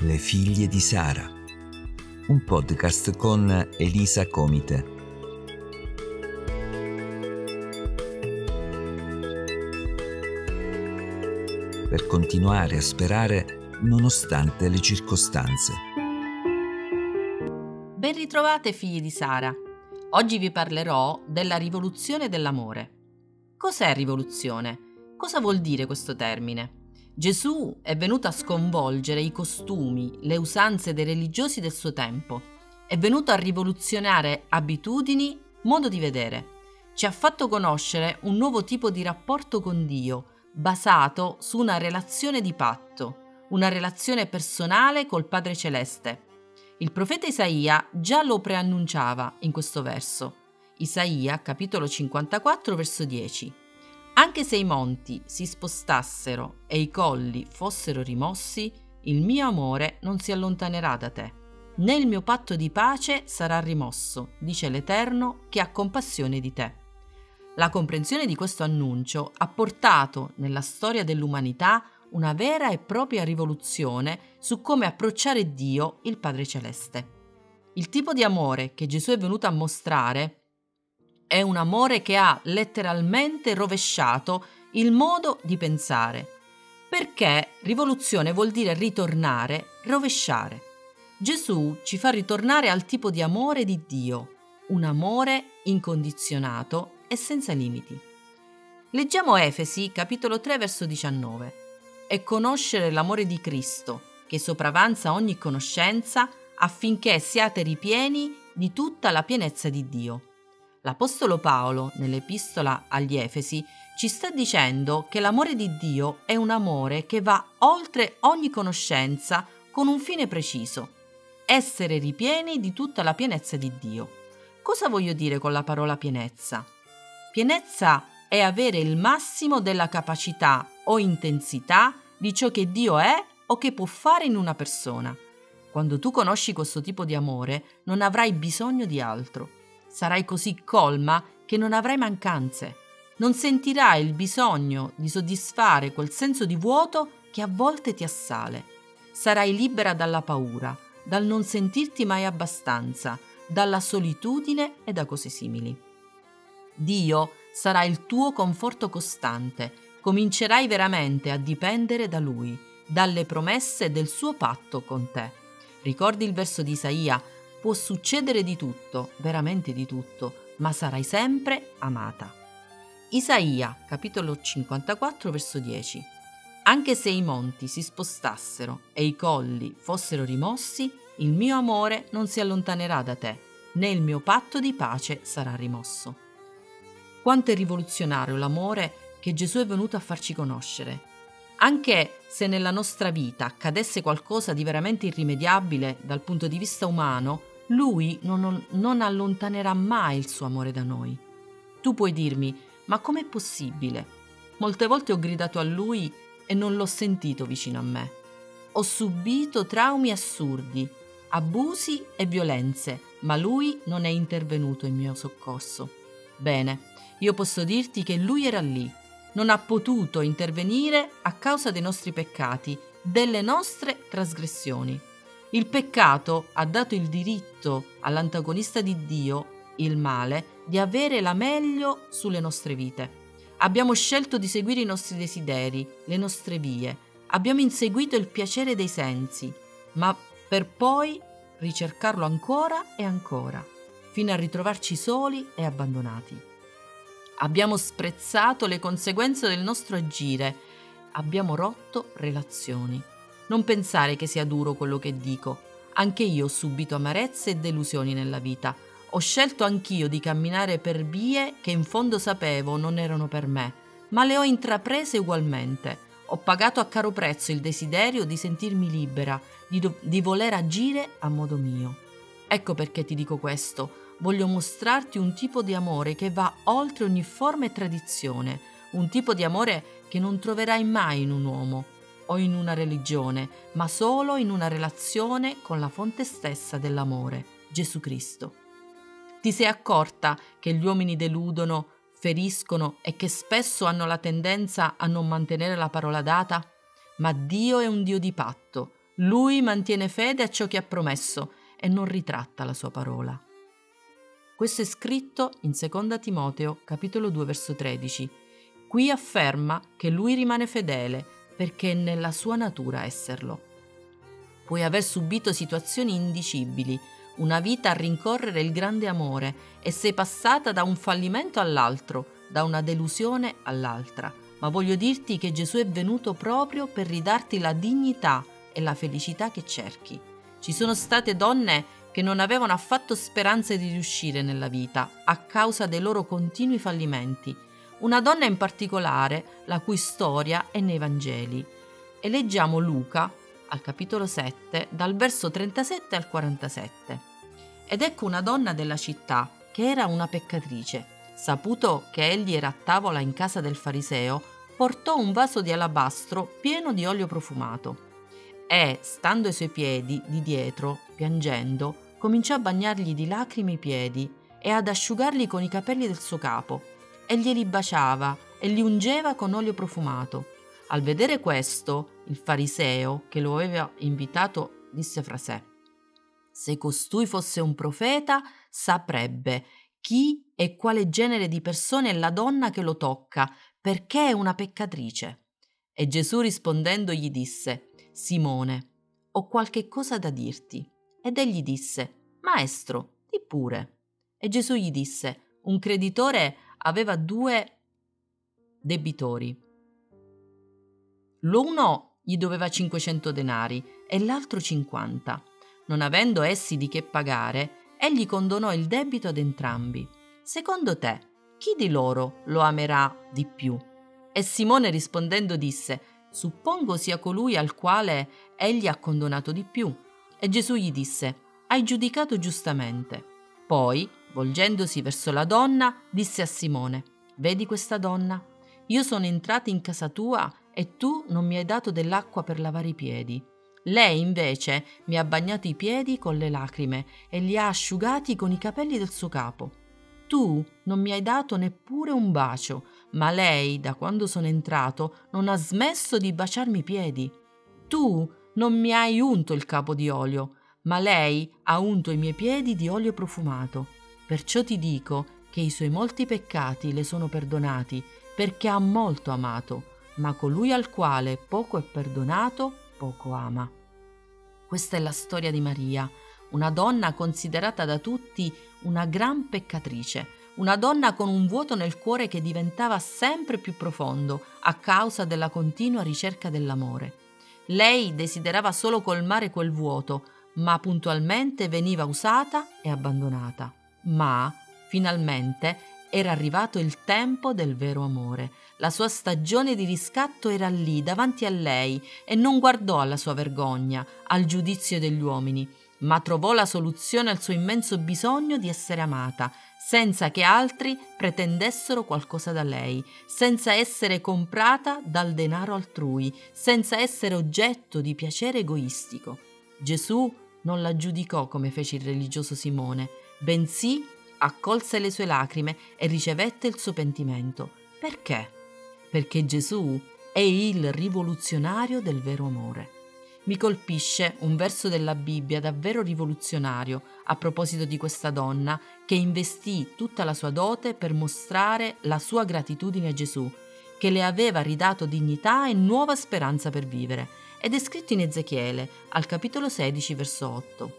Le figlie di Sara, un podcast con Elisa Comite. Per continuare a sperare nonostante le circostanze. Ben ritrovate figli di Sara. Oggi vi parlerò della rivoluzione dell'amore. Cos'è rivoluzione? Cosa vuol dire questo termine? Gesù è venuto a sconvolgere i costumi, le usanze dei religiosi del suo tempo. È venuto a rivoluzionare abitudini, modo di vedere. Ci ha fatto conoscere un nuovo tipo di rapporto con Dio, basato su una relazione di patto, una relazione personale col Padre Celeste. Il profeta Isaia già lo preannunciava in questo verso. Isaia, capitolo 54, verso 10. Anche se i monti si spostassero e i colli fossero rimossi, il mio amore non si allontanerà da te. Né il mio patto di pace sarà rimosso, dice l'Eterno che ha compassione di te. La comprensione di questo annuncio ha portato nella storia dell'umanità una vera e propria rivoluzione su come approcciare Dio, il Padre Celeste. Il tipo di amore che Gesù è venuto a mostrare è un amore che ha letteralmente rovesciato il modo di pensare, perché rivoluzione vuol dire ritornare, rovesciare. Gesù ci fa ritornare al tipo di amore di Dio, un amore incondizionato e senza limiti. Leggiamo Efesi, capitolo 3, verso 19. E conoscere l'amore di Cristo, che sopravanza ogni conoscenza, affinché siate ripieni di tutta la pienezza di Dio. L'Apostolo Paolo, nell'Epistola agli Efesi, ci sta dicendo che l'amore di Dio è un amore che va oltre ogni conoscenza con un fine preciso: essere ripieni di tutta la pienezza di Dio. Cosa voglio dire con la parola pienezza? Pienezza è avere il massimo della capacità o intensità di ciò che Dio è o che può fare in una persona. Quando tu conosci questo tipo di amore, non avrai bisogno di altro. Sarai così colma che non avrai mancanze. Non sentirai il bisogno di soddisfare quel senso di vuoto che a volte ti assale. Sarai libera dalla paura, dal non sentirti mai abbastanza, dalla solitudine e da cose simili. Dio sarà il tuo conforto costante. Comincerai veramente a dipendere da Lui, dalle promesse del suo patto con te. Ricordi il verso di Isaia? Può succedere di tutto, veramente di tutto, ma sarai sempre amata. Isaia, capitolo 54, verso 10. Anche se i monti si spostassero e i colli fossero rimossi, il mio amore non si allontanerà da te, né il mio patto di pace sarà rimosso. Quanto è rivoluzionario l'amore che Gesù è venuto a farci conoscere. Anche se nella nostra vita accadesse qualcosa di veramente irrimediabile dal punto di vista umano, Lui non allontanerà mai il suo amore da noi. Tu puoi dirmi, ma com'è possibile? Molte volte ho gridato a Lui e non l'ho sentito vicino a me. Ho subito traumi assurdi, abusi e violenze, ma Lui non è intervenuto in mio soccorso. Bene, io posso dirti che Lui era lì. Non ha potuto intervenire a causa dei nostri peccati, delle nostre trasgressioni. Il peccato ha dato il diritto all'antagonista di Dio, il male, di avere la meglio sulle nostre vite. Abbiamo scelto di seguire i nostri desideri, le nostre vie. Abbiamo inseguito il piacere dei sensi, ma per poi ricercarlo ancora e ancora, fino a ritrovarci soli e abbandonati. Abbiamo sprezzato le conseguenze del nostro agire. Abbiamo rotto relazioni. Non pensare che sia duro quello che dico. Anche io ho subito amarezze e delusioni nella vita. Ho scelto anch'io di camminare per vie che in fondo sapevo non erano per me, ma le ho intraprese ugualmente. Ho pagato a caro prezzo il desiderio di sentirmi libera, di voler agire a modo mio. Ecco perché ti dico questo. Voglio mostrarti un tipo di amore che va oltre ogni forma e tradizione, un tipo di amore che non troverai mai in un uomo o in una religione, ma solo in una relazione con la fonte stessa dell'amore, Gesù Cristo. Ti sei accorta che gli uomini deludono, feriscono e che spesso hanno la tendenza a non mantenere la parola data? Ma Dio è un Dio di patto. Lui mantiene fede a ciò che ha promesso e non ritratta la sua parola. Questo è scritto in 2 Timoteo, capitolo 2, verso 13. Qui afferma che lui rimane fedele perché è nella sua natura esserlo. Puoi aver subito situazioni indicibili, una vita a rincorrere il grande amore e sei passata da un fallimento all'altro, da una delusione all'altra. Ma voglio dirti che Gesù è venuto proprio per ridarti la dignità e la felicità che cerchi. Ci sono state donne che non avevano affatto speranze di riuscire nella vita a causa dei loro continui fallimenti. Una donna in particolare, la cui storia è nei Vangeli. E leggiamo Luca, al capitolo 7, dal verso 37 al 47. Ed ecco una donna della città, che era una peccatrice. Saputo che egli era a tavola in casa del fariseo, portò un vaso di alabastro pieno di olio profumato. E, stando ai suoi piedi, di dietro, piangendo, cominciò a bagnargli di lacrime i piedi e ad asciugarli con i capelli del suo capo, e glieli baciava e li ungeva con olio profumato. Al vedere questo, il fariseo, che lo aveva invitato, disse fra sé: se costui fosse un profeta, saprebbe chi e quale genere di persone è la donna che lo tocca, perché è una peccatrice. E Gesù rispondendo gli disse: Simone, ho qualche cosa da dirti. Ed egli disse: Maestro, di pure. E Gesù gli disse: un creditore aveva 2 debitori. L'uno gli doveva 500 denari e l'altro 50. Non avendo essi di che pagare, egli condonò il debito ad entrambi. Secondo te, chi di loro lo amerà di più? E Simone rispondendo disse: suppongo sia colui al quale egli ha condonato di più. E Gesù gli disse: hai giudicato giustamente. Poi, volgendosi verso la donna, disse a Simone: vedi questa donna? Io sono entrata in casa tua e tu non mi hai dato dell'acqua per lavare i piedi. Lei invece mi ha bagnato i piedi con le lacrime e li ha asciugati con i capelli del suo capo. Tu non mi hai dato neppure un bacio, ma lei, da quando sono entrato, non ha smesso di baciarmi i piedi. Tu non mi hai unto il capo di olio, ma lei ha unto i miei piedi di olio profumato. Perciò ti dico che i suoi molti peccati le sono perdonati, perché ha molto amato, ma colui al quale poco è perdonato, poco ama. Questa è la storia di Maria, una donna considerata da tutti una gran peccatrice, una donna con un vuoto nel cuore che diventava sempre più profondo a causa della continua ricerca dell'amore. Lei desiderava solo colmare quel vuoto, ma puntualmente veniva usata e abbandonata. Ma, finalmente, era arrivato il tempo del vero amore. La sua stagione di riscatto era lì, davanti a lei, e non guardò alla sua vergogna, al giudizio degli uomini, ma trovò la soluzione al suo immenso bisogno di essere amata, senza che altri pretendessero qualcosa da lei, senza essere comprata dal denaro altrui, senza essere oggetto di piacere egoistico. Gesù non la giudicò come fece il religioso Simone, bensì accolse le sue lacrime e ricevette il suo pentimento. Perché? Perché Gesù è il rivoluzionario del vero amore. Mi colpisce un verso della Bibbia davvero rivoluzionario a proposito di questa donna che investì tutta la sua dote per mostrare la sua gratitudine a Gesù, che le aveva ridato dignità e nuova speranza per vivere. Ed è scritto in Ezechiele, al capitolo 16, verso 8.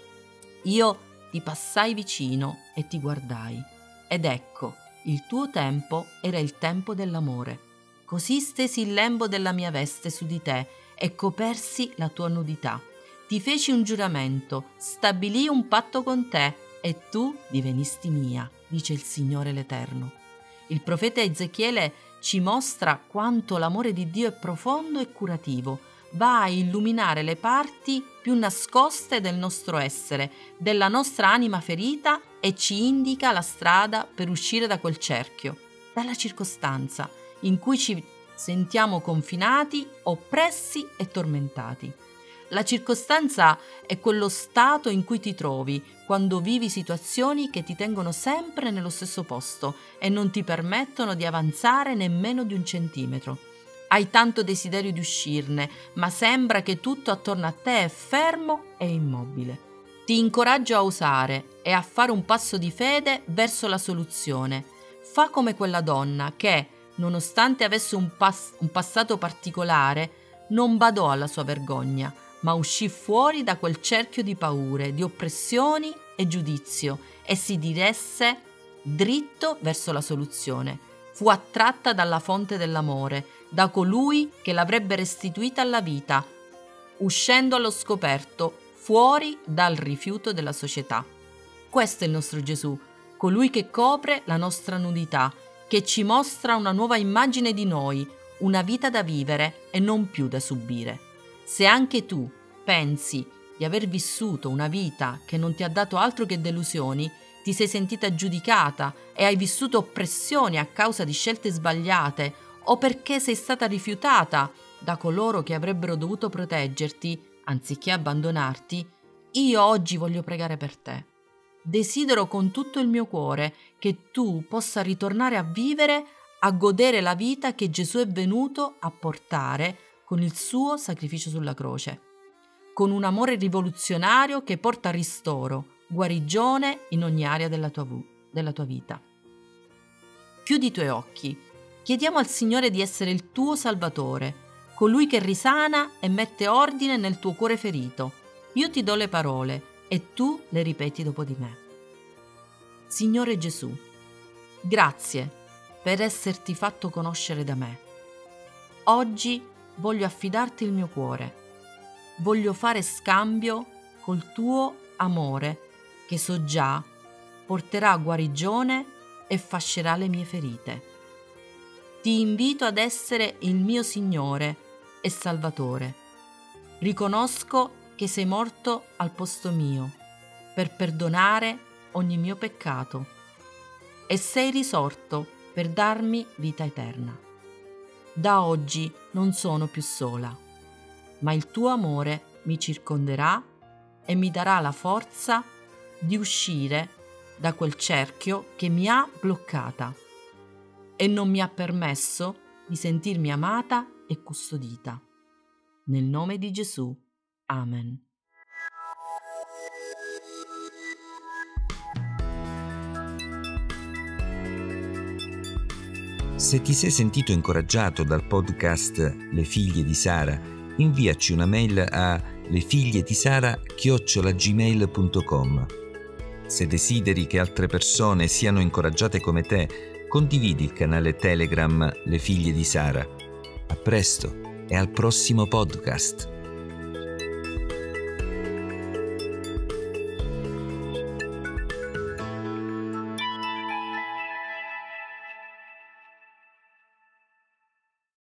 Io ti passai vicino e ti guardai, ed ecco, il tuo tempo era il tempo dell'amore. Così stesi il lembo della mia veste su di te e copersi la tua nudità. Ti feci un giuramento, stabilii un patto con te e tu divenisti mia, dice il Signore l'Eterno. Il profeta Ezechiele ci mostra quanto l'amore di Dio è profondo e curativo, va a illuminare le parti più nascoste del nostro essere, della nostra anima ferita e ci indica la strada per uscire da quel cerchio, dalla circostanza in cui ci sentiamo confinati, oppressi e tormentati. La circostanza è quello stato in cui ti trovi quando vivi situazioni che ti tengono sempre nello stesso posto e non ti permettono di avanzare nemmeno di un centimetro. Hai tanto desiderio di uscirne, ma sembra che tutto attorno a te è fermo e immobile. Ti incoraggio a osare e a fare un passo di fede verso la soluzione. Fa come quella donna che, nonostante avesse un passato particolare, non badò alla sua vergogna, ma uscì fuori da quel cerchio di paure, di oppressioni e giudizio e si diresse dritto verso la soluzione. Fu attratta dalla fonte dell'amore, da colui che l'avrebbe restituita alla vita, uscendo allo scoperto, fuori dal rifiuto della società. Questo è il nostro Gesù, colui che copre la nostra nudità, che ci mostra una nuova immagine di noi, una vita da vivere e non più da subire. Se anche tu pensi di aver vissuto una vita che non ti ha dato altro che delusioni, ti sei sentita giudicata e hai vissuto oppressioni a causa di scelte sbagliate o perché sei stata rifiutata da coloro che avrebbero dovuto proteggerti, anziché abbandonarti, io oggi voglio pregare per te. Desidero con tutto il mio cuore che tu possa ritornare a vivere, a godere la vita che Gesù è venuto a portare con il suo sacrificio sulla croce, con un amore rivoluzionario che porta ristoro, guarigione in ogni area della tua vita. Chiudi i tuoi occhi, chiediamo al Signore di essere il tuo Salvatore, colui che risana e mette ordine nel tuo cuore ferito. Io ti do le parole e tu le ripeti dopo di me. Signore Gesù, grazie per esserti fatto conoscere da me. Oggi voglio affidarti il mio cuore. Voglio fare scambio col tuo amore che so già porterà guarigione e fascerà le mie ferite. Ti invito ad essere il mio Signore e Salvatore. Riconosco che sei morto al posto mio per perdonare ogni mio peccato e sei risorto per darmi vita eterna. Da oggi non sono più sola, ma il tuo amore mi circonderà e mi darà la forza di uscire da quel cerchio che mi ha bloccata e non mi ha permesso di sentirmi amata e custodita. Nel nome di Gesù. Amen. Se ti sei sentito incoraggiato dal podcast Le figlie di Sara, inviaci una mail a lefigliedisara@gmail.com. Se desideri che altre persone siano incoraggiate come te, condividi il canale Telegram Le figlie di Sara. A presto e al prossimo podcast.